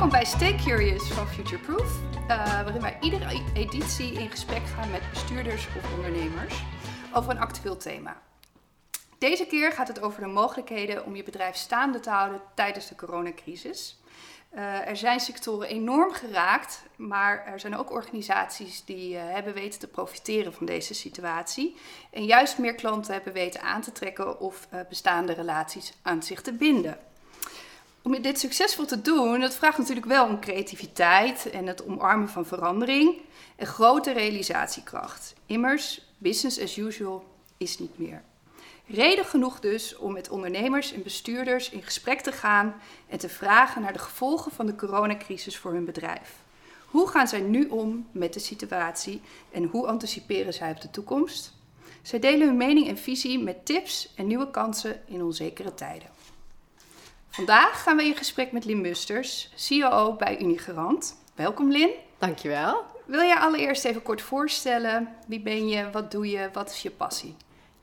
Welkom bij Stay Curious van Futureproof, waarin wij iedere editie in gesprek gaan met bestuurders of ondernemers over een actueel thema. Deze keer gaat het over de mogelijkheden om je bedrijf staande te houden tijdens de coronacrisis. Er zijn sectoren enorm geraakt, maar er zijn ook organisaties die hebben weten te profiteren van deze situatie. En juist meer klanten hebben weten aan te trekken of bestaande relaties aan zich te binden. Om dit succesvol te doen, dat vraagt natuurlijk wel om creativiteit en het omarmen van verandering en grote realisatiekracht. Immers, business as usual is niet meer. Reden genoeg dus om met ondernemers en bestuurders in gesprek te gaan en te vragen naar de gevolgen van de coronacrisis voor hun bedrijf. Hoe gaan zij nu om met de situatie en hoe anticiperen zij op de toekomst? Zij delen hun mening en visie met tips en nieuwe kansen in onzekere tijden. Vandaag gaan we in gesprek met Lynn Musters, COO bij Unigarant. Welkom Lynn. Dankjewel. Wil jij allereerst even kort voorstellen? Wie ben je, wat doe je, wat is je passie?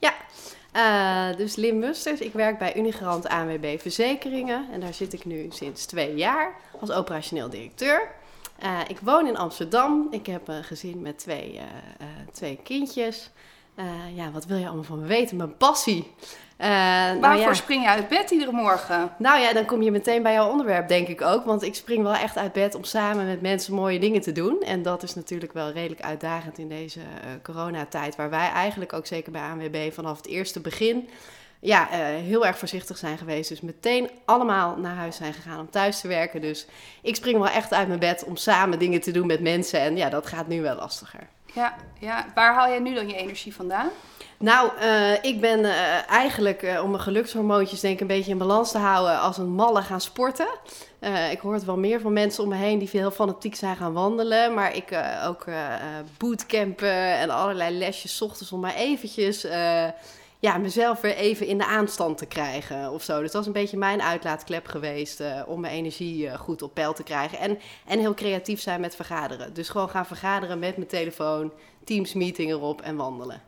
Ja, dus Lynn Musters. Ik werk bij Unigarant ANWB Verzekeringen en daar zit ik nu sinds 2 jaar als operationeel directeur. Ik woon in Amsterdam. Ik heb een gezin met twee kindjes. Wat wil je allemaal van me weten? Mijn passie. Waarvoor spring je uit bed iedere morgen? Nou ja, dan kom je meteen bij jouw onderwerp, denk ik ook. Want ik spring wel echt uit bed om samen met mensen mooie dingen te doen. En dat is natuurlijk wel redelijk uitdagend in deze coronatijd. Waar wij eigenlijk ook zeker bij ANWB vanaf het eerste begin heel erg voorzichtig zijn geweest. Dus meteen allemaal naar huis zijn gegaan om thuis te werken. Dus ik spring wel echt uit mijn bed om samen dingen te doen met mensen. En ja, dat gaat nu wel lastiger. Ja. Waar haal jij nu dan je energie vandaan? Nou, ik ben eigenlijk om mijn gelukshormoontjes denk ik een beetje in balans te houden als een malle gaan sporten. Ik hoor het wel meer van mensen om me heen die veel fanatiek zijn gaan wandelen. Maar ik ook bootcampen en allerlei lesjes 's ochtends om maar eventjes mezelf weer even in de aanstand te krijgen of zo. Dus dat is een beetje mijn uitlaatklep geweest om mijn energie goed op peil te krijgen. En heel creatief zijn met vergaderen. Dus gewoon gaan vergaderen met mijn telefoon, Teams meeting erop en wandelen.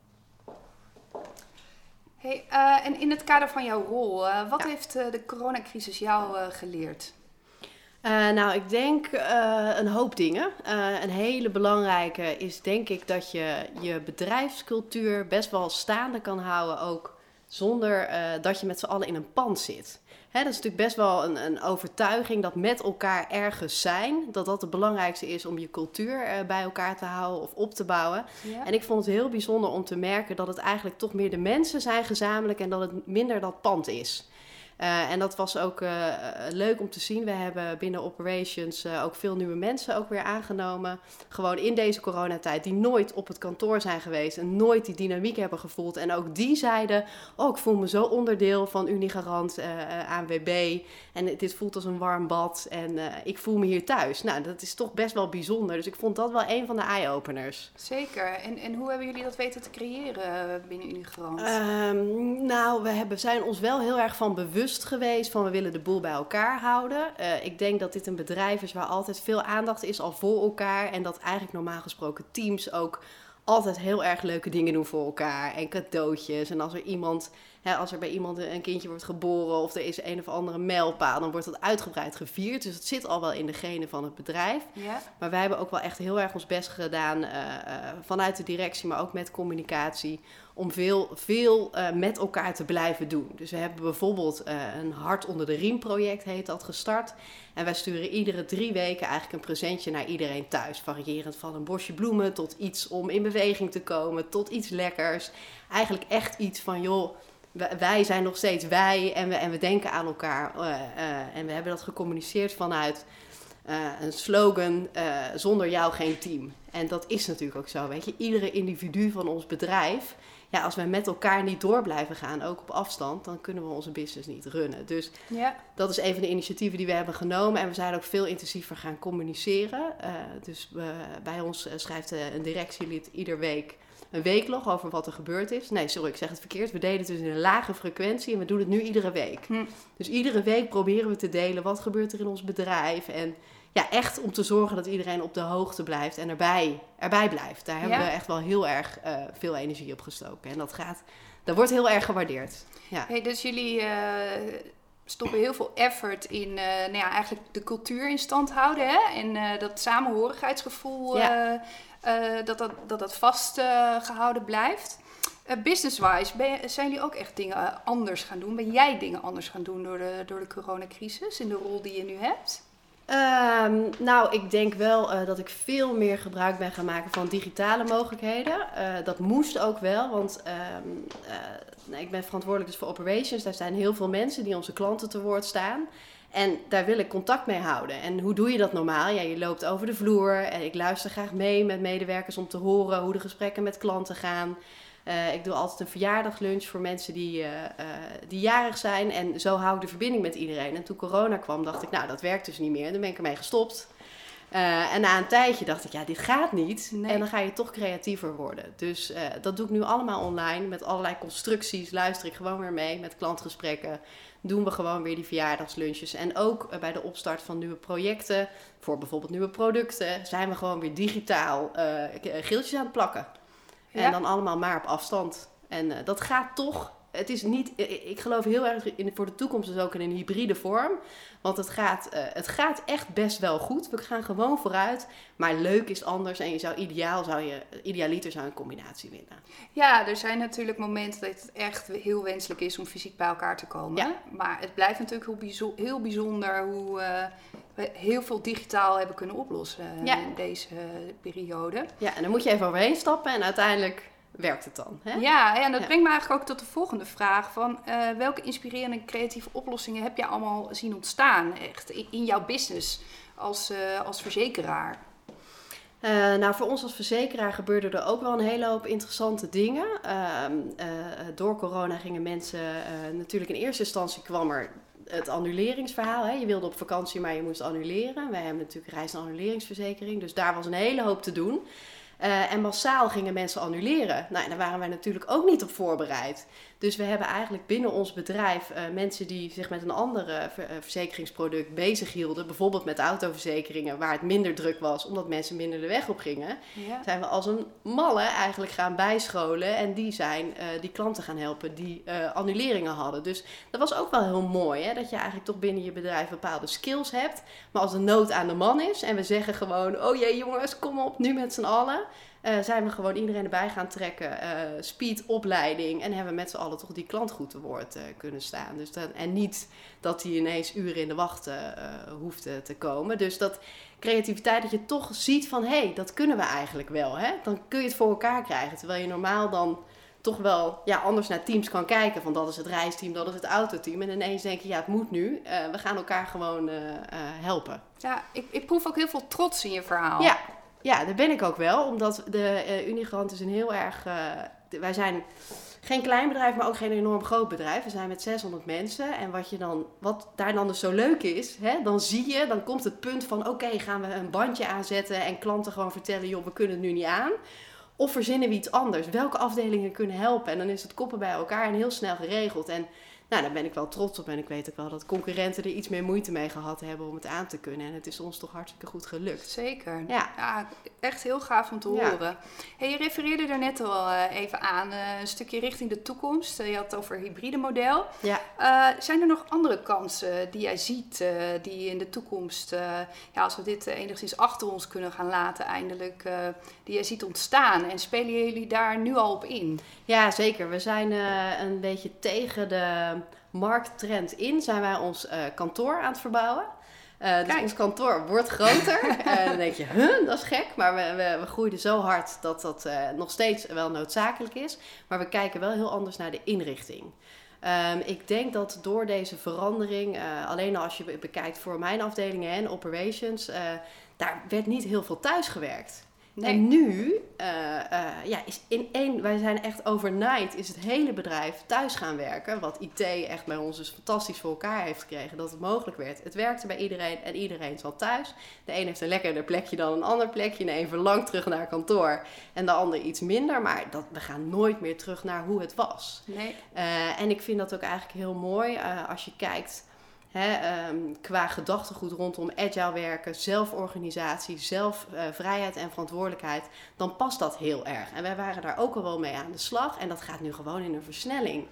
Hey, en in het kader van jouw rol, wat heeft de coronacrisis jou geleerd? Ik denk een hoop dingen. Een hele belangrijke is denk ik dat je je bedrijfscultuur best wel staande kan houden ook zonder dat je met z'n allen in een pand zit. Dat is natuurlijk best wel een overtuiging dat met elkaar ergens zijn, dat het belangrijkste is om je cultuur bij elkaar te houden of op te bouwen. Ja. En ik vond het heel bijzonder om te merken dat het eigenlijk toch meer de mensen zijn gezamenlijk en dat het minder dat pand is. En dat was ook leuk om te zien. We hebben binnen Operations ook veel nieuwe mensen ook weer aangenomen. Gewoon in deze coronatijd die nooit op het kantoor zijn geweest en nooit die dynamiek hebben gevoeld. En ook die zeiden, ik voel me zo onderdeel van Unigarant, ANWB. En dit voelt als een warm bad en ik voel me hier thuis. Nou, dat is toch best wel bijzonder. Dus ik vond dat wel een van de eye-openers. Zeker. En hoe hebben jullie dat weten te creëren binnen Unigarant? We zijn ons wel heel erg van bewust geweest van we willen de boel bij elkaar houden. Ik denk dat dit een bedrijf is waar altijd veel aandacht is al voor elkaar. En dat eigenlijk normaal gesproken teams ook altijd heel erg leuke dingen doen voor elkaar. En cadeautjes. En als er bij iemand een kindje wordt geboren of er is een of andere mijlpaal, dan wordt dat uitgebreid gevierd. Dus het zit al wel in de genen van het bedrijf. Ja. Maar wij hebben ook wel echt heel erg ons best gedaan vanuit de directie, maar ook met communicatie, om veel met elkaar te blijven doen. Dus we hebben bijvoorbeeld een Hart onder de Riem project heet dat gestart. En wij sturen iedere 3 weken eigenlijk een presentje naar iedereen thuis. Variërend van een bosje bloemen tot iets om in beweging te komen, tot iets lekkers. Eigenlijk echt iets van, wij zijn nog steeds wij en we denken aan elkaar. En we hebben dat gecommuniceerd vanuit een slogan, zonder jou geen team. En dat is natuurlijk ook zo, weet je. Iedere individu van ons bedrijf, als wij met elkaar niet door blijven gaan, ook op afstand, dan kunnen we onze business niet runnen. Dus dat is een van de initiatieven die we hebben genomen. En we zijn ook veel intensiever gaan communiceren. Bij ons schrijft een directielid ieder week een weeklog over wat er gebeurd is. Nee, sorry, ik zeg het verkeerd. We deden het dus in een lage frequentie en we doen het nu iedere week. Dus iedere week proberen we te delen wat gebeurt er in ons bedrijf. En echt om te zorgen dat iedereen op de hoogte blijft en erbij blijft. Daar hebben we echt wel heel erg veel energie op gestoken. En dat wordt heel erg gewaardeerd. Ja. Hey, dus jullie stoppen heel veel effort in eigenlijk de cultuur in stand houden. Hè? En dat samenhorigheidsgevoel, dat vastgehouden blijft. Business-wise, zijn jullie ook echt dingen anders gaan doen? Ben jij dingen anders gaan doen door de coronacrisis in de rol die je nu hebt? Nou, ik denk wel dat ik veel meer gebruik ben gaan maken van digitale mogelijkheden. Dat moest ook wel, want ik ben verantwoordelijk dus voor operations. Daar zijn heel veel mensen die onze klanten te woord staan. En daar wil ik contact mee houden. En hoe doe je dat normaal? Ja, je loopt over de vloer en ik luister graag mee met medewerkers om te horen hoe de gesprekken met klanten gaan. Ik doe altijd een verjaardagslunch voor mensen die jarig zijn. En zo hou ik de verbinding met iedereen. En toen corona kwam, dacht ik, nou, dat werkt dus niet meer. En dan ben ik ermee gestopt. En na een tijdje dacht ik, ja, dit gaat niet. Nee. En dan ga je toch creatiever worden. Dus dat doe ik nu allemaal online. Met allerlei constructies luister ik gewoon weer mee. Met klantgesprekken doen we gewoon weer die verjaardagslunches. En ook bij de opstart van nieuwe projecten, voor bijvoorbeeld nieuwe producten, zijn we gewoon weer digitaal geeltjes aan het plakken. Ja. En dan allemaal maar op afstand. En dat gaat toch. Het is niet. Ik geloof heel erg voor de toekomst dus ook in een hybride vorm. Want het gaat echt best wel goed. We gaan gewoon vooruit. Maar leuk is anders. En idealiter zou een combinatie winnen. Ja, er zijn natuurlijk momenten dat het echt heel wenselijk is om fysiek bij elkaar te komen. Ja. Maar het blijft natuurlijk heel bijzonder hoe we heel veel digitaal hebben kunnen oplossen in deze periode. Ja, en dan moet je even overheen stappen en uiteindelijk werkt het dan. Hè? Ja, en dat brengt me eigenlijk ook tot de volgende vraag. Van, welke inspirerende en creatieve oplossingen heb je allemaal zien ontstaan echt in jouw business als verzekeraar? Nou, voor ons als verzekeraar gebeurde er ook wel een hele hoop interessante dingen. Door corona gingen mensen natuurlijk in eerste instantie kwam er het annuleringsverhaal. Hè? Je wilde op vakantie, maar je moest annuleren. Wij hebben natuurlijk reis- en annuleringsverzekering. Dus daar was een hele hoop te doen. En massaal gingen mensen annuleren. Nou, en daar waren wij natuurlijk ook niet op voorbereid. Dus we hebben eigenlijk binnen ons bedrijf mensen die zich met een ander verzekeringsproduct bezig hielden. Bijvoorbeeld met autoverzekeringen, waar het minder druk was, omdat mensen minder de weg op gingen. Ja. Zijn we als een malle eigenlijk gaan bijscholen. En die zijn die klanten gaan helpen die annuleringen hadden. Dus dat was ook wel heel mooi. Hè? Dat je eigenlijk toch binnen je bedrijf bepaalde skills hebt. Maar als de nood aan de man is en we zeggen gewoon, oh jee jongens, kom op, nu met z'n allen. Zijn we gewoon iedereen erbij gaan trekken, speed, opleiding en hebben we met z'n allen toch die klant goed te woord kunnen staan. Dus en niet dat hij ineens uren in de wacht hoeft te komen. Dus dat creativiteit, dat je toch ziet van, hé, dat kunnen we eigenlijk wel. Hè? Dan kun je het voor elkaar krijgen, terwijl je normaal dan toch wel anders naar teams kan kijken. Van dat is het reisteam, dat is het autoteam. En ineens denk je, ja, het moet nu. We gaan elkaar gewoon helpen. Ja, ik proef ook heel veel trots in je verhaal. Ja, dat ben ik ook wel. Omdat de Unigarant is een heel erg... wij zijn geen klein bedrijf, maar ook geen enorm groot bedrijf. We zijn met 600 mensen. En wat daar dan dus zo leuk is, hè, dan komt het punt van, oké, gaan we een bandje aanzetten en klanten gewoon vertellen, joh, we kunnen het nu niet aan. Of verzinnen we iets anders? Welke afdelingen kunnen helpen? En dan is het koppen bij elkaar en heel snel geregeld. En nou, daar ben ik wel trots op. En ik weet ook wel dat concurrenten er iets meer moeite mee gehad hebben om het aan te kunnen. En het is ons toch hartstikke goed gelukt. Zeker. Ja, echt heel gaaf om te horen. Hey, je refereerde er net al even aan. Een stukje richting de toekomst. Je had het over het hybride model. Ja. Zijn er nog andere kansen die jij ziet die in de toekomst, als we dit enigszins achter ons kunnen gaan laten eindelijk, die jij ziet ontstaan? En spelen jullie daar nu al op in? Ja, zeker. We zijn een beetje tegen de markttrend in. Zijn wij ons kantoor aan het verbouwen. Dus ons kantoor wordt groter. Dan denk je, dat is gek. Maar we groeiden zo hard dat dat nog steeds wel noodzakelijk is. Maar we kijken wel heel anders naar de inrichting. Ik denk dat door deze verandering, alleen als je bekijkt voor mijn afdelingen en operations, daar werd niet heel veel thuis gewerkt. Nee. En nu, wij zijn echt overnight, is het hele bedrijf thuis gaan werken. Wat IT echt bij ons dus fantastisch voor elkaar heeft gekregen, dat het mogelijk werd. Het werkte bij iedereen en iedereen zat thuis. De een heeft een lekkerder plekje dan een ander plekje. De een verlangt terug naar kantoor en de ander iets minder. Maar we gaan nooit meer terug naar hoe het was. Nee. En ik vind dat ook eigenlijk heel mooi als je kijkt... qua gedachtegoed rondom agile werken, zelforganisatie, vrijheid en verantwoordelijkheid, dan past dat heel erg. En wij waren daar ook al wel mee aan de slag en dat gaat nu gewoon in een versnelling.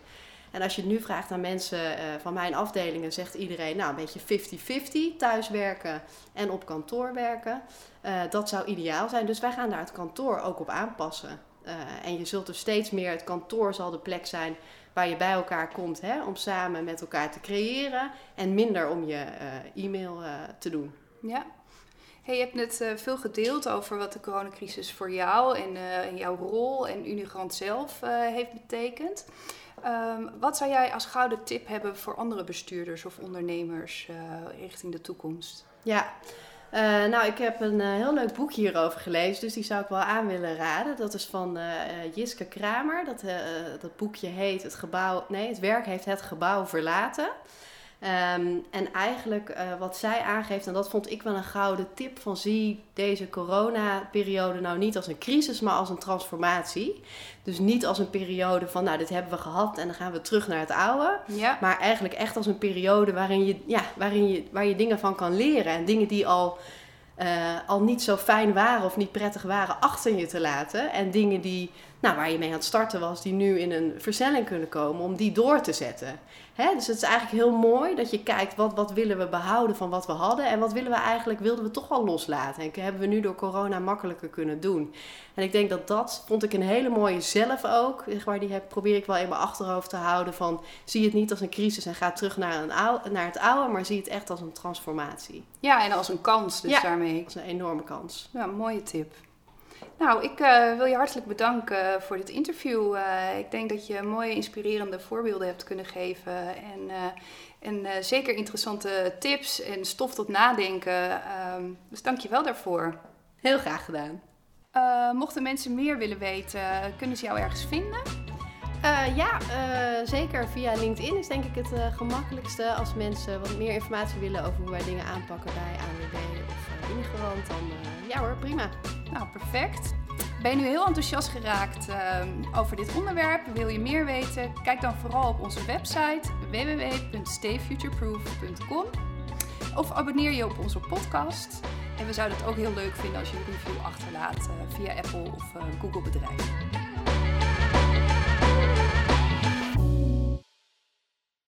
En als je het nu vraagt aan mensen van mijn afdelingen, zegt iedereen nou een beetje 50-50, thuiswerken en op kantoor werken. Dat zou ideaal zijn. Dus wij gaan daar het kantoor ook op aanpassen. En je zult dus steeds meer, het kantoor zal de plek zijn waar je bij elkaar komt om samen met elkaar te creëren en minder om je e-mail te doen. Ja. Hey, je hebt net veel gedeeld over wat de coronacrisis voor jou en jouw rol en Unigrant zelf heeft betekend. Wat zou jij als gouden tip hebben voor andere bestuurders of ondernemers richting de toekomst? Ja, nou ik heb een heel leuk boek hierover gelezen, dus die zou ik wel aan willen raden. Dat is van Jiske Kramer. Dat boekje heet Het werk heeft het gebouw verlaten. En eigenlijk wat zij aangeeft, en dat vond ik wel een gouden tip, van zie deze coronaperiode nou niet als een crisis, maar als een transformatie. Dus niet als een periode van nou dit hebben we gehad en dan gaan we terug naar het oude. Ja. Maar eigenlijk echt als een periode waar je dingen van kan leren en dingen die al niet zo fijn waren of niet prettig waren achter je te laten. En dingen die, waar je mee aan het starten was, die nu in een versnelling kunnen komen, om die door te zetten. Dus het is eigenlijk heel mooi dat je kijkt wat willen we behouden van wat we hadden en wat wilden we toch wel loslaten. En hebben we nu door corona makkelijker kunnen doen. En ik denk dat vond ik een hele mooie zelf ook. Die probeer ik wel in mijn achterhoofd te houden van zie het niet als een crisis en ga terug naar het oude, maar zie het echt als een transformatie. Ja, en als een kans dus daarmee. Dat is een enorme kans. Ja, een mooie tip. Nou, ik wil je hartelijk bedanken voor dit interview. Ik denk dat je mooie, inspirerende voorbeelden hebt kunnen geven. En zeker interessante tips en stof tot nadenken. Dus dank je wel daarvoor. Heel graag gedaan. Mochten mensen meer willen weten, kunnen ze jou ergens vinden? Zeker via LinkedIn is denk ik het gemakkelijkste. Als mensen wat meer informatie willen over hoe wij dingen aanpakken bij ANWB of Unigrant, dan prima. Nou, perfect. Ben je nu heel enthousiast geraakt over dit onderwerp? Wil je meer weten? Kijk dan vooral op onze website www.stayfutureproof.com of abonneer je op onze podcast. En we zouden het ook heel leuk vinden als je een review achterlaat via Apple of Google Bedrijf.